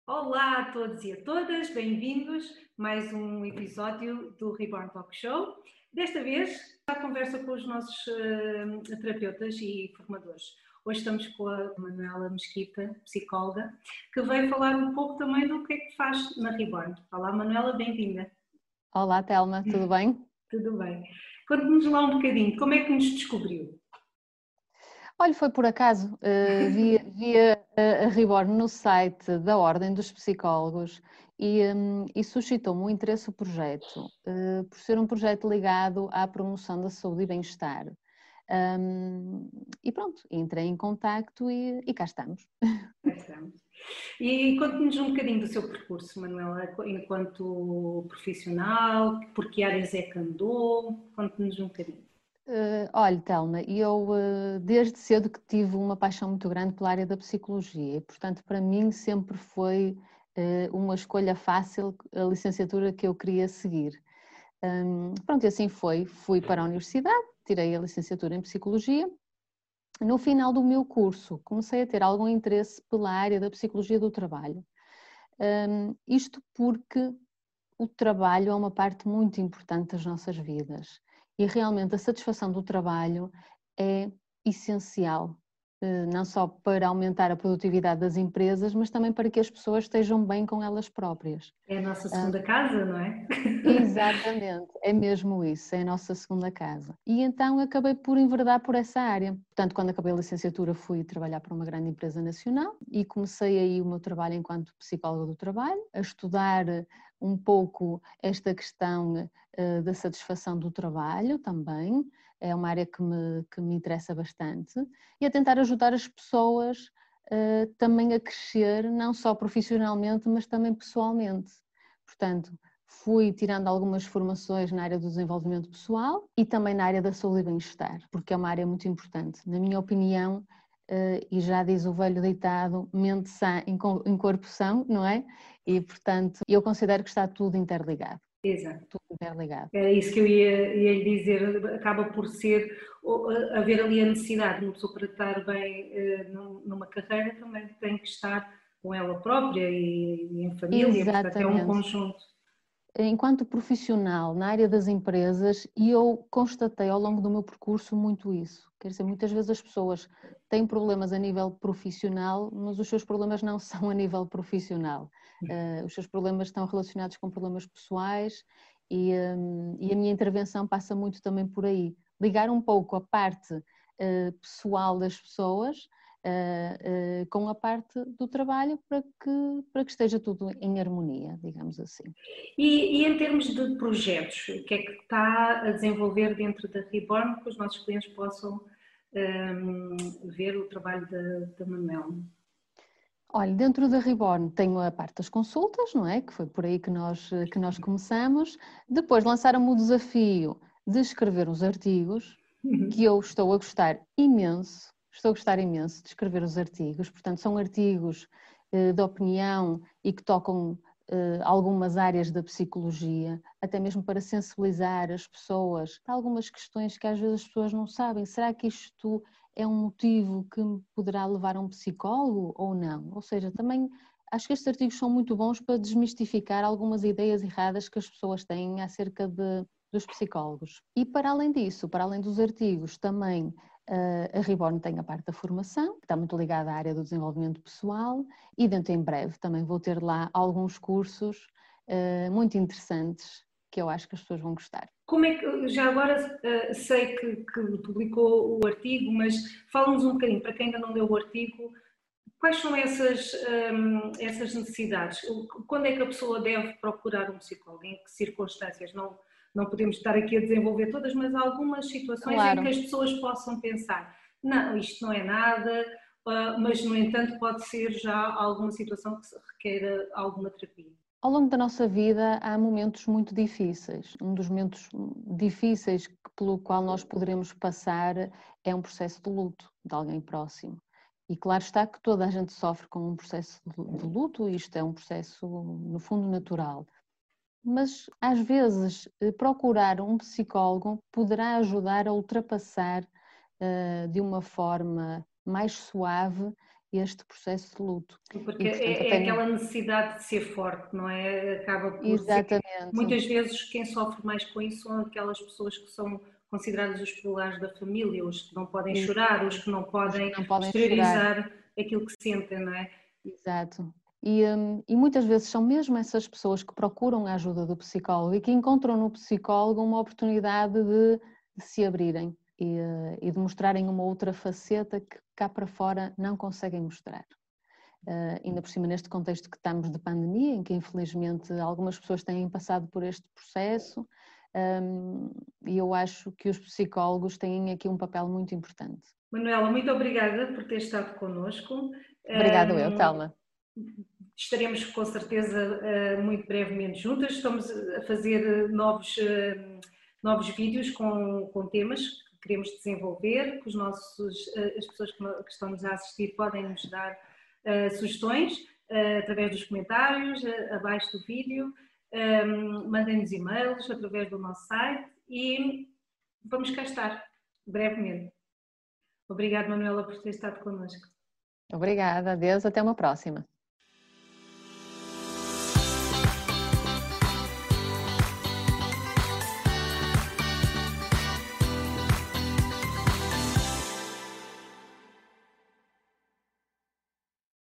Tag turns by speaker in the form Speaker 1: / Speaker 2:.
Speaker 1: Olá a todos e a todas, bem-vindos a mais um episódio do Reborn Talk Show. Desta vez, a conversa com os nossos terapeutas e formadores. Hoje estamos com a Manuela Mesquita, psicóloga, que veio falar um pouco também do que é que faz na Reborn. Olá, Manuela, bem-vinda.
Speaker 2: Olá, Telma, tudo bem?
Speaker 1: Tudo bem. Conte-nos lá um bocadinho, como é que nos descobriu?
Speaker 2: Olha, foi por acaso, via a Reborn no site da Ordem dos Psicólogos e suscitou-me o interesse o projeto, por ser um projeto ligado à promoção da saúde e bem-estar. E pronto, entrei em contacto e cá estamos.
Speaker 1: Cá estamos. E conte-nos um bocadinho do seu percurso, Manuela, enquanto profissional, por que áreas é que andou, conte-nos um bocadinho.
Speaker 2: Olha, Telma, eu desde cedo que tive uma paixão muito grande pela área da psicologia e, portanto, para mim sempre foi uma escolha fácil a licenciatura que eu queria seguir. Pronto, e assim foi. Fui para a universidade, tirei a licenciatura em psicologia. No final do meu curso, comecei a ter algum interesse pela área da psicologia do trabalho. Isto porque o trabalho é uma parte muito importante das nossas vidas e realmente a satisfação do trabalho é essencial, não só para aumentar a produtividade das empresas, mas também para que as pessoas estejam bem com elas próprias.
Speaker 1: É a nossa segunda casa, não é?
Speaker 2: Exatamente, é mesmo isso, é a nossa segunda casa. E então acabei por enverdar por essa área. Portanto, quando acabei a licenciatura fui trabalhar para uma grande empresa nacional e comecei aí o meu trabalho enquanto psicóloga do trabalho, a estudar um pouco esta questão da satisfação do trabalho também, é uma área que me interessa bastante, e a tentar ajudar as pessoas também a crescer, não só profissionalmente, mas também pessoalmente. Portanto, fui tirando algumas formações na área do desenvolvimento pessoal e também na área da saúde e bem-estar, porque é uma área muito importante. Na minha opinião, e já diz o velho ditado, mente sã em corpo são, não é? E, portanto, eu considero que está tudo interligado.
Speaker 1: Exato.
Speaker 2: Tudo interligado.
Speaker 1: É isso que eu ia lhe dizer, acaba por ser, haver ali a necessidade de uma pessoa para estar bem numa carreira também tem que estar com ela própria e em família, portanto é um
Speaker 2: Exatamente.
Speaker 1: conjunto.
Speaker 2: Enquanto profissional na área das empresas, eu constatei ao longo do meu percurso muito isso. Quer dizer, muitas vezes as pessoas têm problemas a nível profissional, mas os seus problemas não são a nível profissional. Os seus problemas estão relacionados com problemas pessoais e a minha intervenção passa muito também por aí. Ligar um pouco a parte pessoal das pessoas com a parte do trabalho para que esteja tudo em harmonia, digamos assim.
Speaker 1: E em termos de projetos, o que é que está a desenvolver dentro da Reborn para que os nossos clientes possam ver o trabalho da Manuela?
Speaker 2: Olha, dentro da Reborn tenho a parte das consultas, não é? Que foi por aí que nós começamos. Depois lançaram-me o desafio de escrever os artigos, que eu estou a gostar imenso. Estou a gostar imenso de escrever os artigos. Portanto, são artigos de opinião e que tocam algumas áreas da psicologia, até mesmo para sensibilizar as pessoas para algumas questões que às vezes as pessoas não sabem. Será que isto é um motivo que me poderá levar a um psicólogo ou não? Ou seja, também acho que estes artigos são muito bons para desmistificar algumas ideias erradas que as pessoas têm acerca dos psicólogos. E para além disso, para além dos artigos, também a Reborn tem a parte da formação, que está muito ligada à área do desenvolvimento pessoal, e dentro em breve também vou ter lá alguns cursos muito interessantes que eu acho que as pessoas vão gostar.
Speaker 1: Como é que, já agora sei que publicou o artigo, mas fala-nos um bocadinho, para quem ainda não leu o artigo, quais são essas necessidades? Quando é que a pessoa deve procurar um psicólogo? Em que circunstâncias? Não podemos estar aqui a desenvolver todas, mas há algumas situações em
Speaker 2: Claro.
Speaker 1: que as pessoas possam pensar, não, isto não é nada, mas no entanto pode ser já alguma situação que requeira alguma terapia.
Speaker 2: Ao longo da nossa vida há momentos muito difíceis. Um dos momentos difíceis pelo qual nós poderemos passar é um processo de luto de alguém próximo. E claro está que toda a gente sofre com um processo de luto, e isto é um processo, no fundo, natural. Mas às vezes procurar um psicólogo poderá ajudar a ultrapassar de uma forma mais suave este processo de luto.
Speaker 1: Porque
Speaker 2: E, portanto,
Speaker 1: é aquela necessidade de ser forte, não é? Acaba por ser.
Speaker 2: Exatamente.
Speaker 1: Muitas vezes quem sofre mais com isso são aquelas pessoas que são consideradas os pilares da família, os que não podem chorar, os que não podem exteriorizar aquilo que sentem, não é?
Speaker 2: Exato. E muitas vezes são mesmo essas pessoas que procuram a ajuda do psicólogo e que encontram no psicólogo uma oportunidade de se abrirem e de mostrarem uma outra faceta que cá para fora não conseguem mostrar. Ainda por cima neste contexto que estamos de pandemia, em que infelizmente algumas pessoas têm passado por este processo, e eu acho que os psicólogos têm aqui um papel muito importante.
Speaker 1: Manuela, muito obrigada por ter estado connosco.
Speaker 2: Obrigada eu, Telma.
Speaker 1: Estaremos com certeza muito brevemente juntas. Estamos a fazer novos vídeos com temas que queremos desenvolver, que as pessoas que estão-nos a assistir podem nos dar sugestões através dos comentários abaixo do vídeo, mandem-nos e-mails através do nosso site e vamos cá estar brevemente. Obrigada, Manuela, por ter estado connosco.
Speaker 2: Obrigada, adeus, até uma próxima.